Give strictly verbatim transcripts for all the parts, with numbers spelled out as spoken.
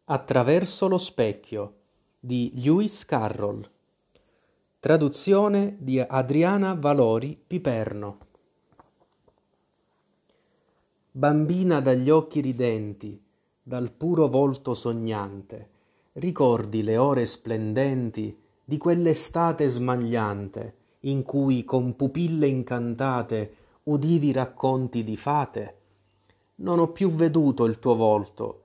Attraverso lo specchio di Lewis Carroll. Traduzione di Adriana Valori Piperno. Bambina dagli occhi ridenti, dal puro volto sognante, ricordi le ore splendenti di quell'estate smagliante in cui con pupille incantate udivi racconti di fate? Non ho più veduto il tuo volto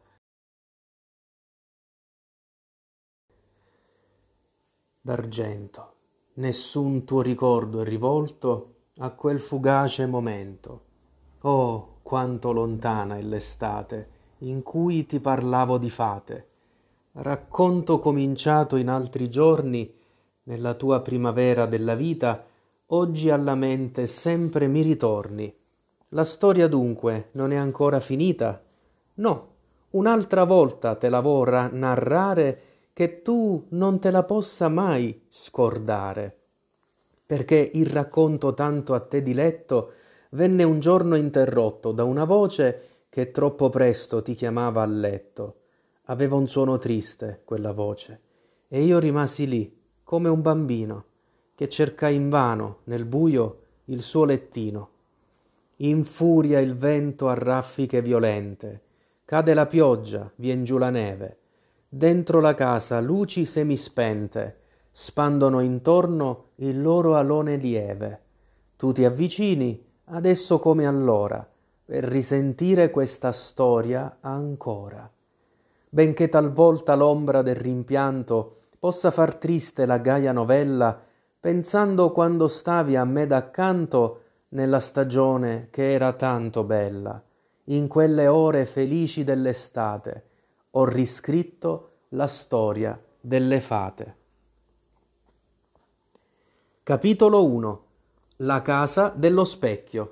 d'argento, nessun tuo ricordo è rivolto a quel fugace momento. Oh, quanto lontana è l'estate in cui ti parlavo di fate, racconto cominciato in altri giorni, nella tua primavera della vita, oggi alla mente sempre mi ritorni. La storia dunque non è ancora finita? No, un'altra volta te la vorrà narrare che tu non te la possa mai scordare, perché il racconto tanto a te diletto venne un giorno interrotto da una voce che troppo presto ti chiamava a letto. Aveva un suono triste quella voce, e io rimasi lì, come un bambino, che cerca invano nel buio il suo lettino. Infuria il vento a raffiche violente, cade la pioggia, vien giù la neve. Dentro la casa luci semispente spandono intorno il loro alone lieve. Tu ti avvicini, adesso come allora, per risentire questa storia ancora. Benché talvolta l'ombra del rimpianto possa far triste la gaia novella, pensando quando stavi a me d'accanto nella stagione che era tanto bella, in quelle ore felici dell'estate, ho riscritto la storia delle fate. Capitolo uno. La casa dello specchio.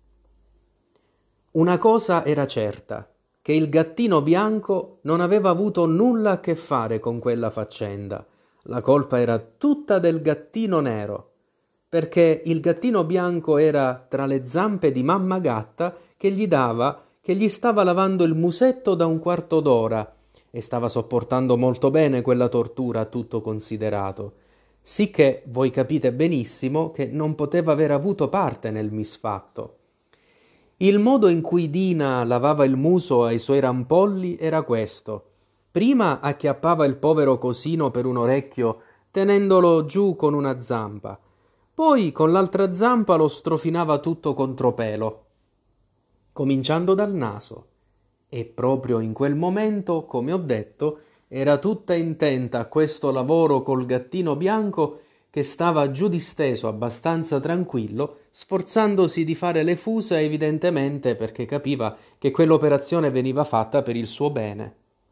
Una cosa era certa, che il gattino bianco non aveva avuto nulla a che fare con quella faccenda. La colpa era tutta del gattino nero, perché il gattino bianco era tra le zampe di mamma gatta che gli dava che gli stava lavando il musetto da un quarto d'ora e stava sopportando molto bene quella tortura, tutto considerato, sicché voi capite benissimo che non poteva aver avuto parte nel misfatto. Il modo in cui Dina lavava il muso ai suoi rampolli era questo. Prima acchiappava il povero cosino per un orecchio, tenendolo giù con una zampa. Poi con l'altra zampa lo strofinava tutto contropelo, cominciando dal naso. E proprio in quel momento, come ho detto, era tutta intenta a questo lavoro col gattino bianco che stava giù disteso abbastanza tranquillo, sforzandosi di fare le fusa evidentemente perché capiva che quell'operazione veniva fatta per il suo bene.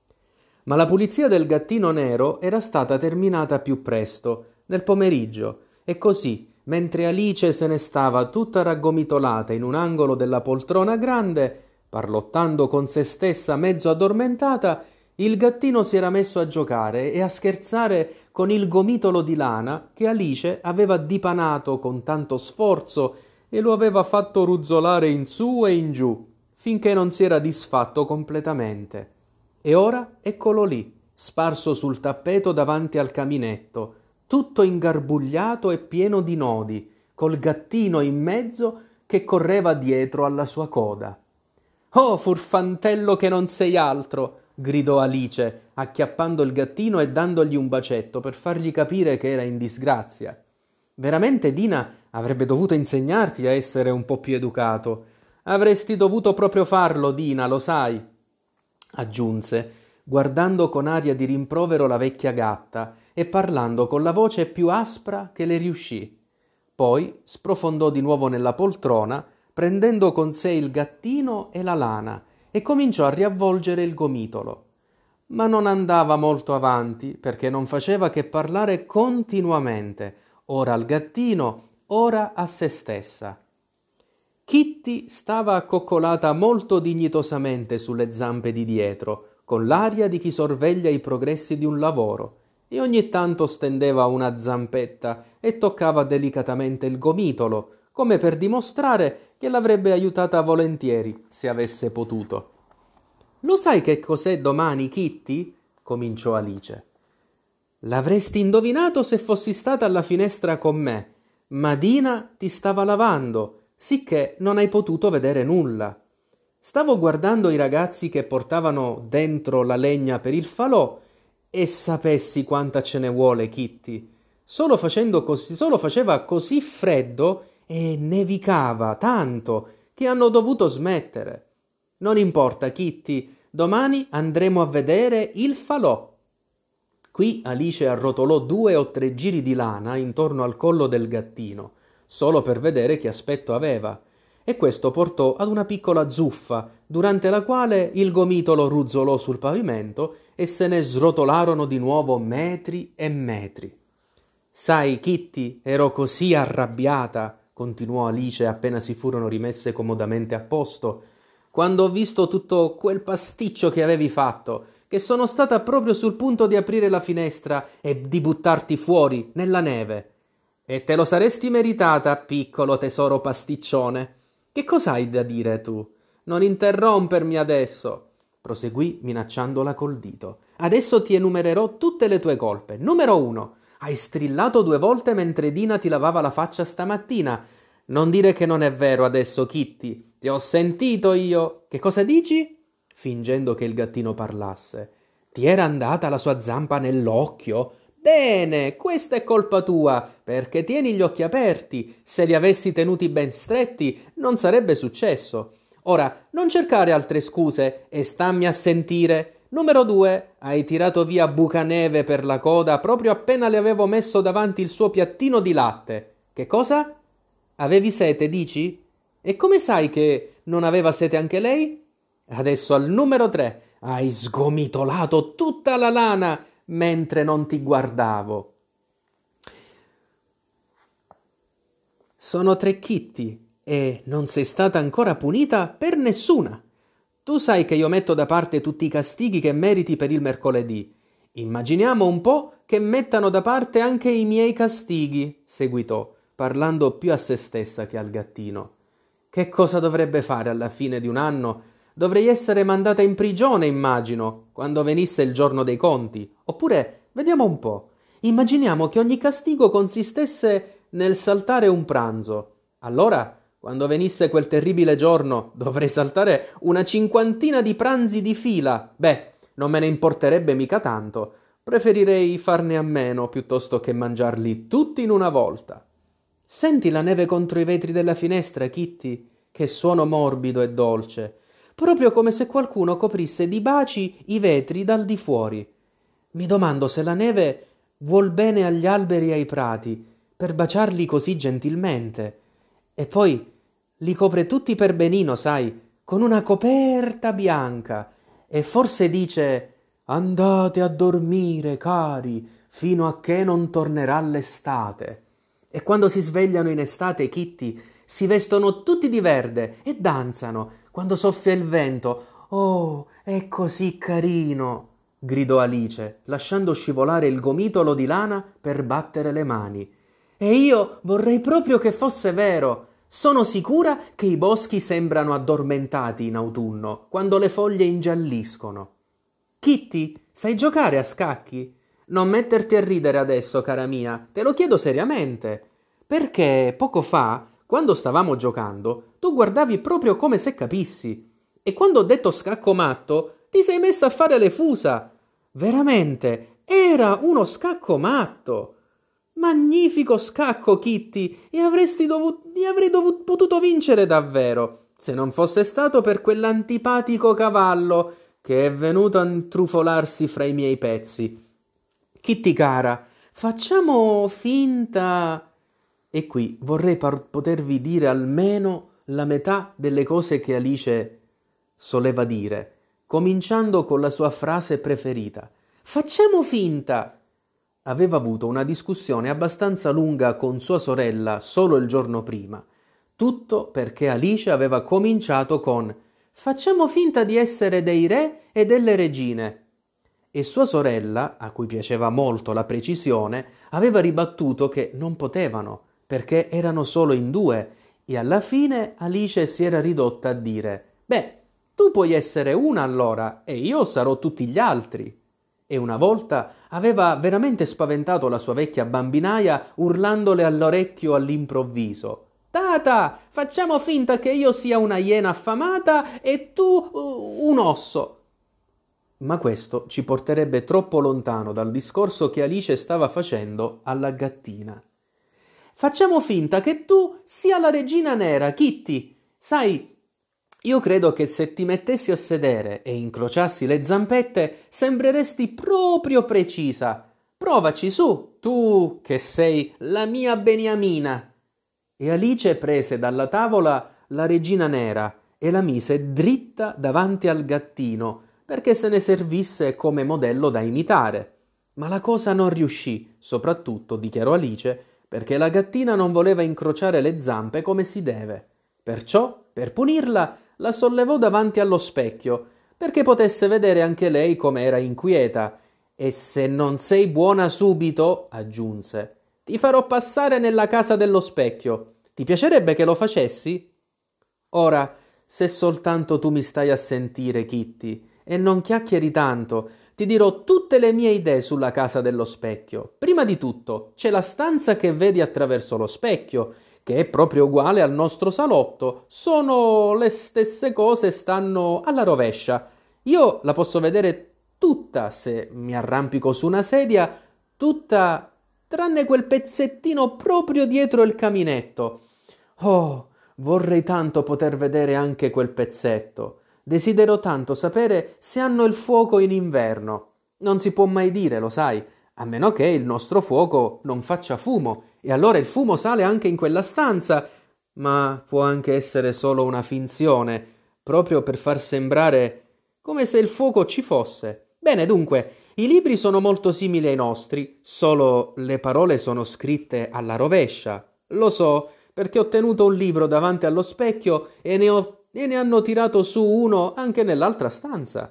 Ma la pulizia del gattino nero era stata terminata più presto, nel pomeriggio, e così, mentre Alice se ne stava tutta raggomitolata in un angolo della poltrona grande, parlottando con se stessa mezzo addormentata, il gattino si era messo a giocare e a scherzare con il gomitolo di lana che Alice aveva dipanato con tanto sforzo e lo aveva fatto ruzzolare in su e in giù, finché non si era disfatto completamente. E ora eccolo lì, sparso sul tappeto davanti al caminetto, tutto ingarbugliato e pieno di nodi, col gattino in mezzo che correva dietro alla sua coda. «Oh, furfantello che non sei altro!» gridò Alice, acchiappando il gattino e dandogli un bacetto per fargli capire che era in disgrazia. «Veramente Dina avrebbe dovuto insegnarti a essere un po' più educato. Avresti dovuto proprio farlo, Dina, lo sai», aggiunse, guardando con aria di rimprovero la vecchia gatta e parlando con la voce più aspra che le riuscì. Poi sprofondò di nuovo nella poltrona, prendendo con sé il gattino e la lana, e cominciò a riavvolgere il gomitolo. Ma non andava molto avanti, perché non faceva che parlare continuamente, ora al gattino, ora a se stessa. Kitty stava accoccolata molto dignitosamente sulle zampe di dietro, con l'aria di chi sorveglia i progressi di un lavoro, e ogni tanto stendeva una zampetta e toccava delicatamente il gomitolo, come per dimostrare che l'avrebbe aiutata volentieri se avesse potuto. «Lo sai che cos'è domani, Kitty?» cominciò Alice. L'avresti indovinato se fossi stata alla finestra con me, ma Dina ti stava lavando, sicché non hai potuto vedere nulla. Stavo guardando i ragazzi che portavano dentro la legna per il falò e sapessi quanta ce ne vuole, Kitty. Solo facendo così, solo faceva così freddo e nevicava tanto che hanno dovuto smettere. Non importa, Kitty, domani andremo a vedere il falò. Qui Alice arrotolò due o tre giri di lana intorno al collo del gattino, solo per vedere che aspetto aveva, e questo portò ad una piccola zuffa, durante la quale il gomitolo ruzzolò sul pavimento e se ne srotolarono di nuovo metri e metri. Sai, Kitty, ero così arrabbiata, continuò Alice appena si furono rimesse comodamente a posto, quando ho visto tutto quel pasticcio che avevi fatto, che sono stata proprio sul punto di aprire la finestra e di buttarti fuori nella neve. E te lo saresti meritata, piccolo tesoro pasticcione. Che cos'hai da dire tu? Non interrompermi adesso, proseguì minacciandola col dito. Adesso ti enumererò tutte le tue colpe. Numero uno. Hai strillato due volte mentre Dina ti lavava la faccia stamattina. Non dire che non è vero adesso, Kitty. Ti ho sentito io. Che cosa dici? Fingendo che il gattino parlasse. Ti era andata la sua zampa nell'occhio? Bene, questa è colpa tua, perché tieni gli occhi aperti. Se li avessi tenuti ben stretti, non sarebbe successo. Ora, non cercare altre scuse e stammi a sentire. Numero due, hai tirato via Bucaneve per la coda proprio appena le avevo messo davanti il suo piattino di latte. Che cosa? Avevi sete, dici? E come sai che non aveva sete anche lei? Adesso al numero tre, hai sgomitolato tutta la lana mentre non ti guardavo. Sono tre, Kitty, e non sei stata ancora punita per nessuna. Tu sai che io metto da parte tutti i castighi che meriti per il mercoledì. Immaginiamo un po' che mettano da parte anche i miei castighi, seguitò, parlando più a se stessa che al gattino. Che cosa dovrebbe fare alla fine di un anno? Dovrei essere mandata in prigione, immagino, quando venisse il giorno dei conti. Oppure, vediamo un po', immaginiamo che ogni castigo consistesse nel saltare un pranzo. Allora, quando venisse quel terribile giorno, dovrei saltare una cinquantina di pranzi di fila. Beh, non me ne importerebbe mica tanto. Preferirei farne a meno piuttosto che mangiarli tutti in una volta. Senti la neve contro i vetri della finestra, Kitty? Che suono morbido e dolce. Proprio come se qualcuno coprisse di baci i vetri dal di fuori. Mi domando se la neve vuol bene agli alberi e ai prati, per baciarli così gentilmente. E poi li copre tutti per benino, sai, con una coperta bianca, e forse dice: «Andate a dormire, cari, fino a che non tornerà l'estate». E quando si svegliano in estate, Kitty, si vestono tutti di verde e danzano quando soffia il vento. «Oh, è così carino!» gridò Alice, lasciando scivolare il gomitolo di lana per battere le mani. «E io vorrei proprio che fosse vero! Sono sicura che i boschi sembrano addormentati in autunno, quando le foglie ingialliscono. Kitty, sai giocare a scacchi? Non metterti a ridere adesso, cara mia, te lo chiedo seriamente. Perché poco fa, quando stavamo giocando, tu guardavi proprio come se capissi. E quando ho detto scacco matto, ti sei messa a fare le fusa. Veramente, era uno scacco matto. Magnifico scacco, Kitty, e avresti dovuto, e avrei dovuto, potuto vincere davvero, se non fosse stato per quell'antipatico cavallo che è venuto a intrufolarsi fra i miei pezzi. Kitty cara, facciamo finta... E qui vorrei par- potervi dire almeno la metà delle cose che Alice soleva dire, cominciando con la sua frase preferita. Facciamo finta! Aveva avuto una discussione abbastanza lunga con sua sorella solo il giorno prima. Tutto perché Alice aveva cominciato con «Facciamo finta di essere dei re e delle regine». E sua sorella, a cui piaceva molto la precisione, aveva ribattuto che non potevano, perché erano solo in due, e alla fine Alice si era ridotta a dire «Beh, tu puoi essere una allora, e io sarò tutti gli altri». e una volta aveva veramente spaventato la sua vecchia bambinaia urlandole all'orecchio all'improvviso: «Tata, facciamo finta che io sia una iena affamata e tu uh, un osso!» Ma questo ci porterebbe troppo lontano dal discorso che Alice stava facendo alla gattina. «Facciamo finta che tu sia la regina nera, Kitty. Sai, io credo che se ti mettessi a sedere e incrociassi le zampette, sembreresti proprio precisa. Provaci su, tu che sei la mia beniamina!» E Alice prese dalla tavola la regina nera e la mise dritta davanti al gattino, perché se ne servisse come modello da imitare. Ma la cosa non riuscì, soprattutto, dichiarò Alice, perché la gattina non voleva incrociare le zampe come si deve. Perciò, per punirla, la sollevò davanti allo specchio, perché potesse vedere anche lei come era inquieta. «E se non sei buona subito», aggiunse, «ti farò passare nella casa dello specchio. Ti piacerebbe che lo facessi?» «Ora, se soltanto tu mi stai a sentire, Kitty, e non chiacchieri tanto, ti dirò tutte le mie idee sulla casa dello specchio. Prima di tutto, c'è la stanza che vedi attraverso lo specchio, che è proprio uguale al nostro salotto. Sono le stesse cose, stanno alla rovescia. Io la posso vedere tutta se mi arrampico su una sedia, tutta tranne quel pezzettino proprio dietro il caminetto. Oh, vorrei tanto poter vedere anche quel pezzetto. Desidero tanto sapere se hanno il fuoco in inverno. Non si può mai dire, lo sai, a meno che il nostro fuoco non faccia fumo, e allora il fumo sale anche in quella stanza, ma può anche essere solo una finzione, proprio per far sembrare come se il fuoco ci fosse. Bene, dunque, i libri sono molto simili ai nostri, solo le parole sono scritte alla rovescia. Lo so, perché ho tenuto un libro davanti allo specchio e ne ho e ne hanno tirato su uno anche nell'altra stanza.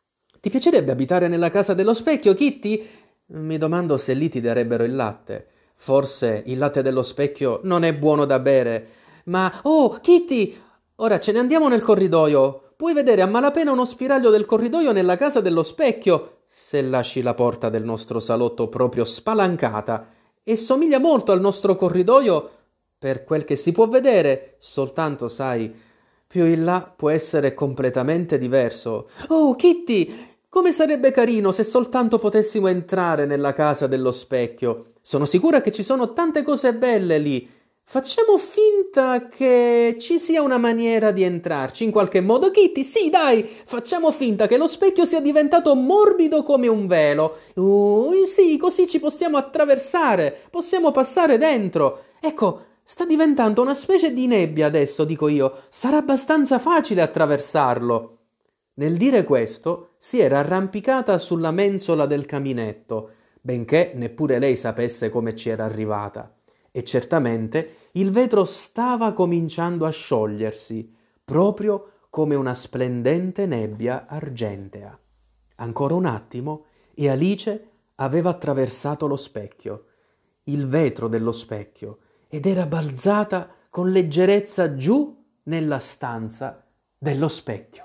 Ti piacerebbe abitare nella casa dello specchio, Kitty? Mi domando se lì ti darebbero il latte. Forse il latte dello specchio non è buono da bere. Ma, oh, Kitty, ora ce ne andiamo nel corridoio. Puoi vedere a malapena uno spiraglio del corridoio nella casa dello specchio, se lasci la porta del nostro salotto proprio spalancata. E somiglia molto al nostro corridoio, per quel che si può vedere, soltanto, sai, più in là può essere completamente diverso. Oh, Kitty, come sarebbe carino se soltanto potessimo entrare nella casa dello specchio. Sono sicura che ci sono tante cose belle lì. Facciamo finta che ci sia una maniera di entrarci in qualche modo, Kitty. Sì, dai, facciamo finta che lo specchio sia diventato morbido come un velo. Uh, sì, così ci possiamo attraversare, possiamo passare dentro. Ecco, sta diventando una specie di nebbia adesso, dico io. Sarà abbastanza facile attraversarlo. Nel dire questo, si era arrampicata sulla mensola del caminetto, benché neppure lei sapesse come ci era arrivata. E certamente il vetro stava cominciando a sciogliersi, proprio come una splendente nebbia argentea. Ancora un attimo e Alice aveva attraversato lo specchio, il vetro dello specchio, ed era balzata con leggerezza giù nella stanza dello specchio.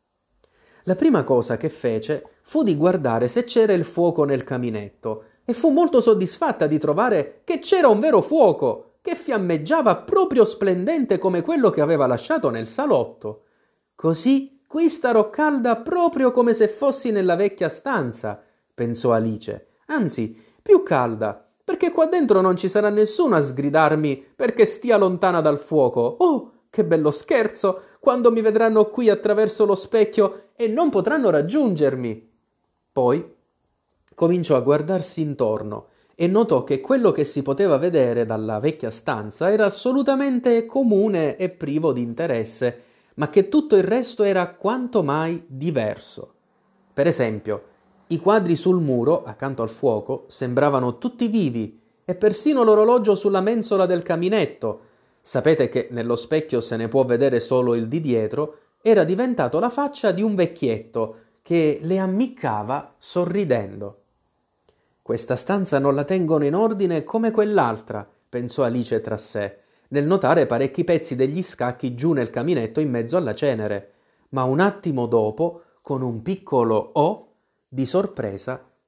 La prima cosa che fece fu di guardare se c'era il fuoco nel caminetto e fu molto soddisfatta di trovare che c'era un vero fuoco che fiammeggiava proprio splendente come quello che aveva lasciato nel salotto. Così qui starò calda proprio come se fossi nella vecchia stanza, pensò Alice, anzi, più calda, perché qua dentro non ci sarà nessuno a sgridarmi perché stia lontana dal fuoco. Oh, che bello scherzo, quando mi vedranno qui attraverso lo specchio e non potranno raggiungermi. Poi cominciò a guardarsi intorno e notò che quello che si poteva vedere dalla vecchia stanza era assolutamente comune e privo di interesse, ma che tutto il resto era quanto mai diverso. Per esempio, i quadri sul muro, accanto al fuoco, sembravano tutti vivi, e persino l'orologio sulla mensola del caminetto, sapete che nello specchio se ne può vedere solo il di dietro, era diventato la faccia di un vecchietto che le ammiccava sorridendo. Questa stanza non la tengono in ordine come quell'altra, pensò Alice tra sé, nel notare parecchi pezzi degli scacchi giù nel caminetto in mezzo alla cenere, ma un attimo dopo, con un piccolo «oh», di sorpresa,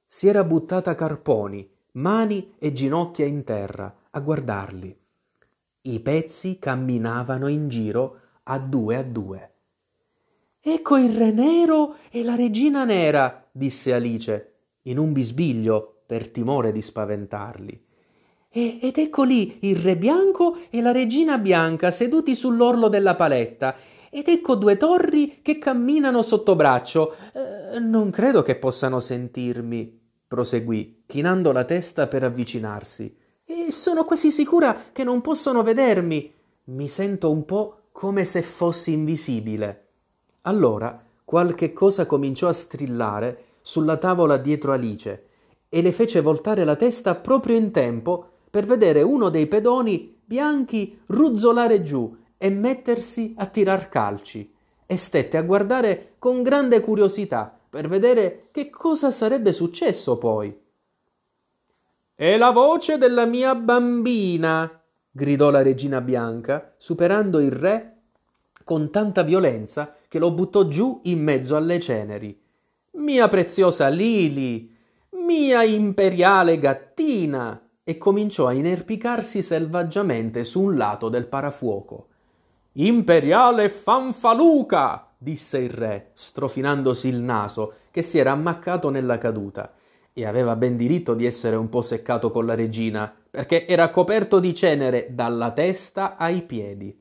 Si era buttata a carponi, mani e ginocchia in terra, a guardarli. I pezzi camminavano in giro a due a due. «Ecco il re nero e la regina nera», disse Alice, in un bisbiglio per timore di spaventarli. E, ed ecco lì il re bianco e la regina bianca seduti sull'orlo della paletta, ed ecco due torri che camminano sotto braccio. Eh, non credo che possano sentirmi, proseguì, chinando la testa per avvicinarsi. E sono quasi sicura che non possono vedermi. Mi sento un po' come se fossi invisibile. Allora qualche cosa cominciò a strillare sulla tavola dietro Alice e le fece voltare la testa proprio in tempo per vedere uno dei pedoni bianchi ruzzolare giù e mettersi a tirar calci, e stette a guardare con grande curiosità per vedere che cosa sarebbe successo poi. «È la voce della mia bambina!» gridò la regina bianca, superando il re con tanta violenza che lo buttò giù in mezzo alle ceneri. «Mia preziosa Lili! Mia imperiale gattina!» e cominciò a inerpicarsi selvaggiamente su un lato del parafuoco. «Imperiale fanfaluca!» disse il re, strofinandosi il naso, che si era ammaccato nella caduta, e aveva ben diritto di essere un po' seccato con la regina, perché era coperto di cenere dalla testa ai piedi.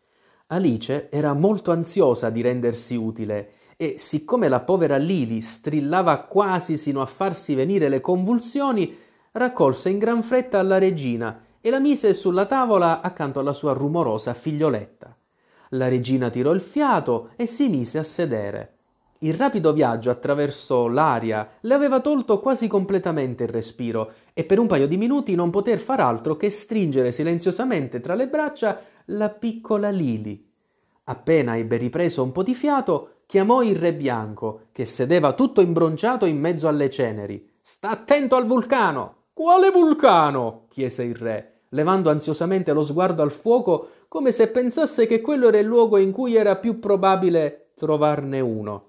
Alice era molto ansiosa di rendersi utile e, siccome la povera Lili strillava quasi sino a farsi venire le convulsioni, raccolse in gran fretta la regina e la mise sulla tavola accanto alla sua rumorosa figlioletta. La regina tirò il fiato e si mise a sedere. Il rapido viaggio attraverso l'aria le aveva tolto quasi completamente il respiro e per un paio di minuti non poter far altro che stringere silenziosamente tra le braccia la piccola Lili. Appena ebbe ripreso un po' di fiato, chiamò il re bianco, che sedeva tutto imbronciato in mezzo alle ceneri. «Sta attento al vulcano!» «Quale vulcano?» chiese il re, levando ansiosamente lo sguardo al fuoco come se pensasse che quello era il luogo in cui era più probabile trovarne uno.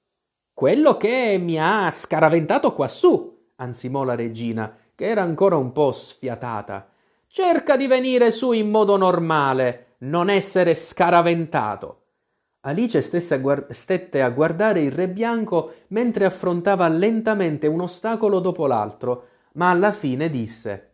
«Quello che mi ha scaraventato quassù», ansimò la regina, che era ancora un po' sfiatata. «Cerca di venire su in modo normale, non essere scaraventato». Alice stesse a guard- stette a guardare il re bianco mentre affrontava lentamente un ostacolo dopo l'altro, ma alla fine disse: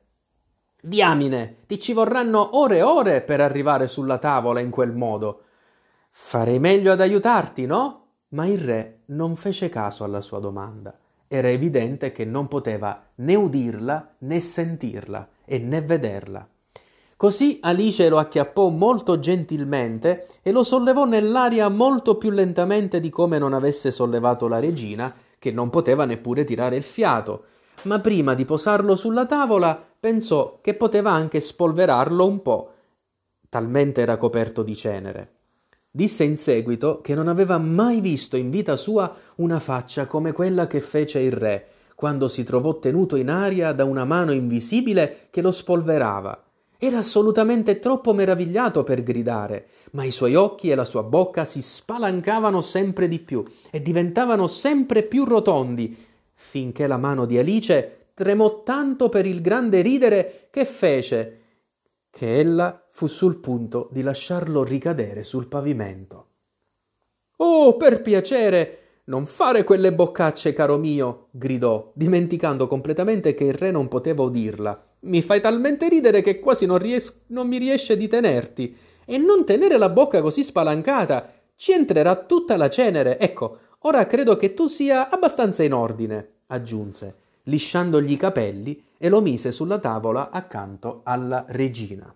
«Diamine, ti ci vorranno ore e ore per arrivare sulla tavola in quel modo. Farei meglio ad aiutarti, no?» Ma il re non fece caso alla sua domanda. Era evidente che non poteva né udirla, né sentirla, e né vederla. Così Alice lo acchiappò molto gentilmente e lo sollevò nell'aria molto più lentamente di come non avesse sollevato la regina, che non poteva neppure tirare il fiato. Ma prima di posarlo sulla tavola pensò che poteva anche spolverarlo un po', talmente era coperto di cenere. Disse in seguito che non aveva mai visto in vita sua una faccia come quella che fece il re, quando si trovò tenuto in aria da una mano invisibile che lo spolverava. Era assolutamente troppo meravigliato per gridare, ma i suoi occhi e la sua bocca si spalancavano sempre di più e diventavano sempre più rotondi, finché la mano di Alice tremò tanto per il grande ridere che fece che ella fu sul punto di lasciarlo ricadere sul pavimento. «Oh, per piacere, non fare quelle boccacce, caro mio!» gridò, dimenticando completamente che il re non poteva udirla. «Mi fai talmente ridere che quasi non, ries- non mi riesce di tenerti. E non tenere la bocca così spalancata! Ci entrerà tutta la cenere. Ecco, ora credo che tu sia abbastanza in ordine», aggiunse, lisciandogli i capelli, e lo mise sulla tavola accanto alla regina.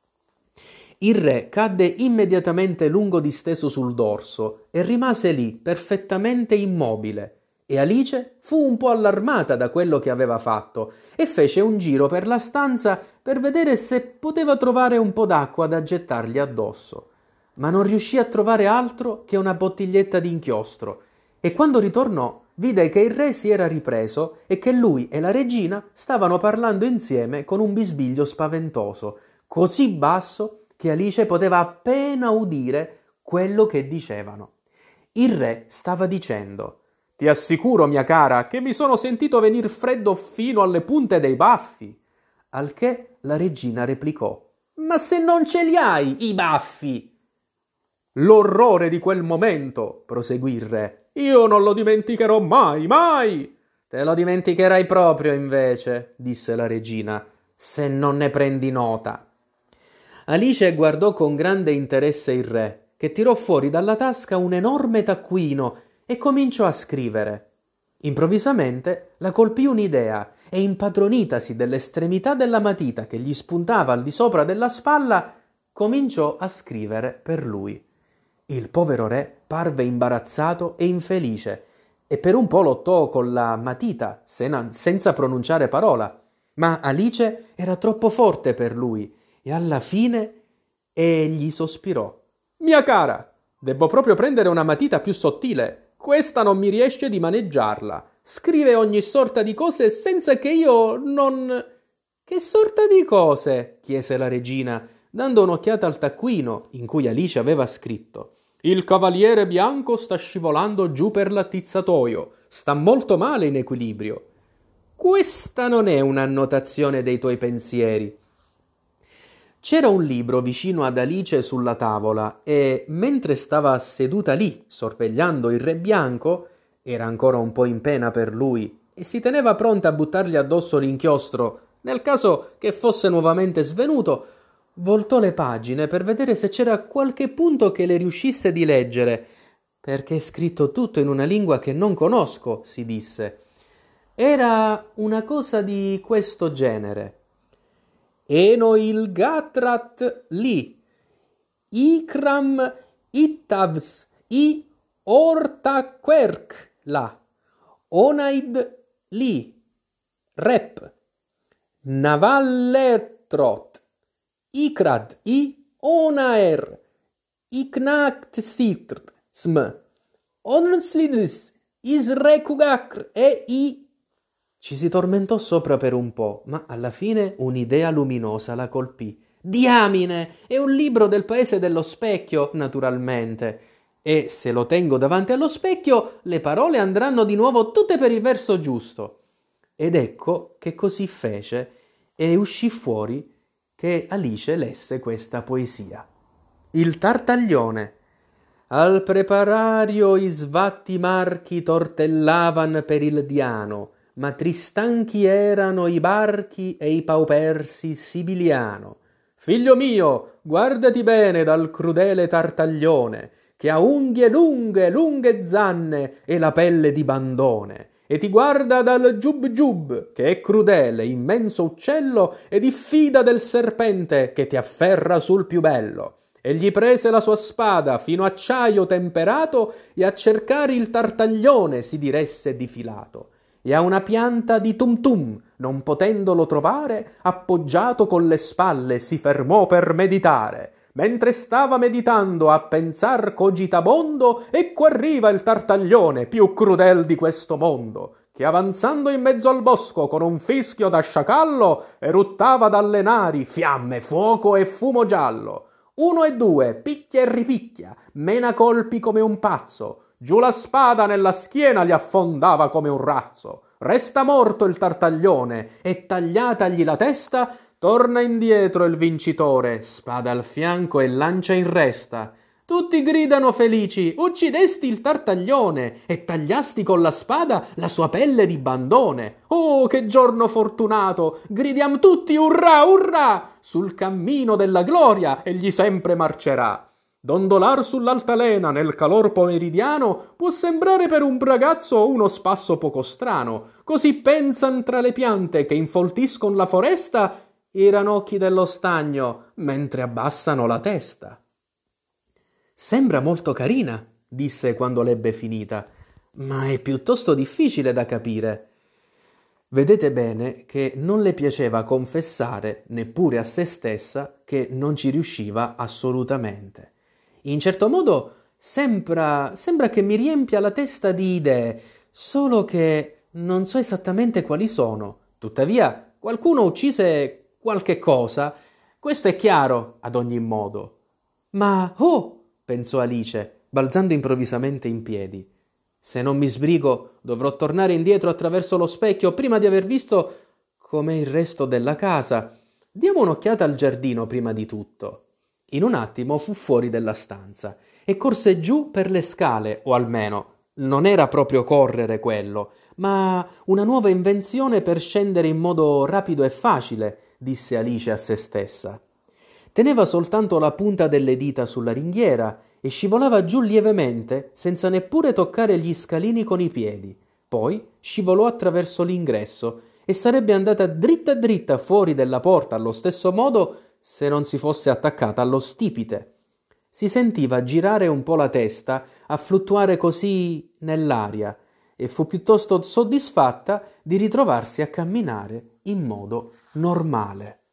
Il re cadde immediatamente lungo disteso sul dorso e rimase lì perfettamente immobile, e Alice fu un po' allarmata da quello che aveva fatto e fece un giro per la stanza per vedere se poteva trovare un po' d'acqua da gettargli addosso, ma non riuscì a trovare altro che una bottiglietta di inchiostro, e quando ritornò vide che il re si era ripreso e che lui e la regina stavano parlando insieme con un bisbiglio spaventoso, così basso che Alice poteva appena udire quello che dicevano. Il re stava dicendo: Ti assicuro, mia cara, che mi sono sentito venir freddo fino alle punte dei baffi. Al che la regina replicò: ma se non ce li hai i baffi? L'orrore di quel momento, proseguì il re, io non lo dimenticherò mai, mai. Te lo dimenticherai proprio invece, disse la regina, se non ne prendi nota. Alice guardò con grande interesse il re, che tirò fuori dalla tasca un enorme taccuino e cominciò a scrivere. Improvvisamente la colpì un'idea e, impadronitasi dell'estremità della matita che gli spuntava al di sopra della spalla, cominciò a scrivere per lui. Il povero re parve imbarazzato e infelice e per un po' lottò con la matita sena- senza pronunciare parola, ma Alice era troppo forte per lui e alla fine egli sospirò. Mia cara, debbo proprio prendere una matita più sottile. Questa non mi riesce di maneggiarla. Scrive ogni sorta di cose senza che io non... Che sorta di cose? Chiese la regina, dando un'occhiata al taccuino in cui Alice aveva scritto. Il cavaliere bianco sta scivolando giù per l'attizzatoio. Sta molto male in equilibrio. Questa non è un'annotazione dei tuoi pensieri. C'era un libro vicino ad Alice sulla tavola e, mentre stava seduta lì, sorvegliando il re bianco, era ancora un po' in pena per lui e si teneva pronta a buttargli addosso l'inchiostro nel caso che fosse nuovamente svenuto, voltò le pagine per vedere se c'era qualche punto che le riuscisse di leggere, perché è scritto tutto in una lingua che non conosco, si disse. Era una cosa di questo genere. Eno il gatrat li, ikram ittavs i ortaquerc la, onaid li, rep, navalletrot, ikrad i onaer, iknakt sitrt sm, onslidis isrekugakr e i. Ci si tormentò sopra per un po', ma alla fine un'idea luminosa la colpì. Diamine! È un libro del paese dello specchio, naturalmente. E se lo tengo davanti allo specchio, le parole andranno di nuovo tutte per il verso giusto. Ed ecco che così fece e uscì fuori che Alice lesse questa poesia. Il tartaglione. Al preparario i svatti marchi tortellavan per il Diano, ma tristanchi erano i barchi e i paupersi Sibiliano. Figlio mio, guardati bene dal crudele tartaglione, che ha unghie lunghe, lunghe zanne e la pelle di bandone, e ti guarda dal giub giub, che è crudele, immenso uccello, e diffida del serpente che ti afferra sul più bello. Egli prese la sua spada fino acciaio temperato e a cercare il tartaglione si diresse difilato. E a una pianta di tum tum, non potendolo trovare, appoggiato con le spalle si fermò per meditare. Mentre stava meditando a pensar cogitabondo, ecco arriva il tartaglione più crudel di questo mondo, che avanzando in mezzo al bosco con un fischio da sciacallo eruttava dalle nari fiamme, fuoco e fumo giallo. Uno e due, picchia e ripicchia, mena colpi come un pazzo, giù la spada nella schiena gli affondava come un razzo. Resta morto il tartaglione e tagliatagli la testa, torna indietro il vincitore, spada al fianco e lancia in resta. Tutti gridano felici, uccidesti il tartaglione e tagliasti con la spada la sua pelle di bandone. Oh, che giorno fortunato! Gridiam tutti urrà, urrà! Sul cammino della gloria egli sempre marcerà. Dondolar sull'altalena nel calor pomeridiano può sembrare per un ragazzo uno spasso poco strano. Così pensan tra le piante che infoltiscon la foresta i ranocchi dello stagno mentre abbassano la testa. Sembra molto carina, disse quando l'ebbe finita, ma è piuttosto difficile da capire. Vedete bene che non le piaceva confessare neppure a se stessa che non ci riusciva assolutamente. In certo modo sembra, sembra che mi riempia la testa di idee, solo che non so esattamente quali sono. Tuttavia, qualcuno uccise qualche cosa, questo è chiaro ad ogni modo. Ma, oh, pensò Alice, balzando improvvisamente in piedi, Se non mi sbrigo, dovrò tornare indietro attraverso lo specchio prima di aver visto com'è il resto della casa. Diamo un'occhiata al giardino prima di tutto. In un attimo fu fuori della stanza e corse giù per le scale, o almeno non era proprio correre quello, ma una nuova invenzione per scendere in modo rapido e facile, disse Alice a se stessa. Teneva soltanto la punta delle dita sulla ringhiera e scivolava giù lievemente, senza neppure toccare gli scalini con i piedi. Poi scivolò attraverso l'ingresso e sarebbe andata dritta dritta fuori della porta allo stesso modo se non si fosse attaccata allo stipite. Si sentiva girare un po' la testa, a fluttuare così nell'aria, e fu piuttosto soddisfatta di ritrovarsi a camminare in modo normale.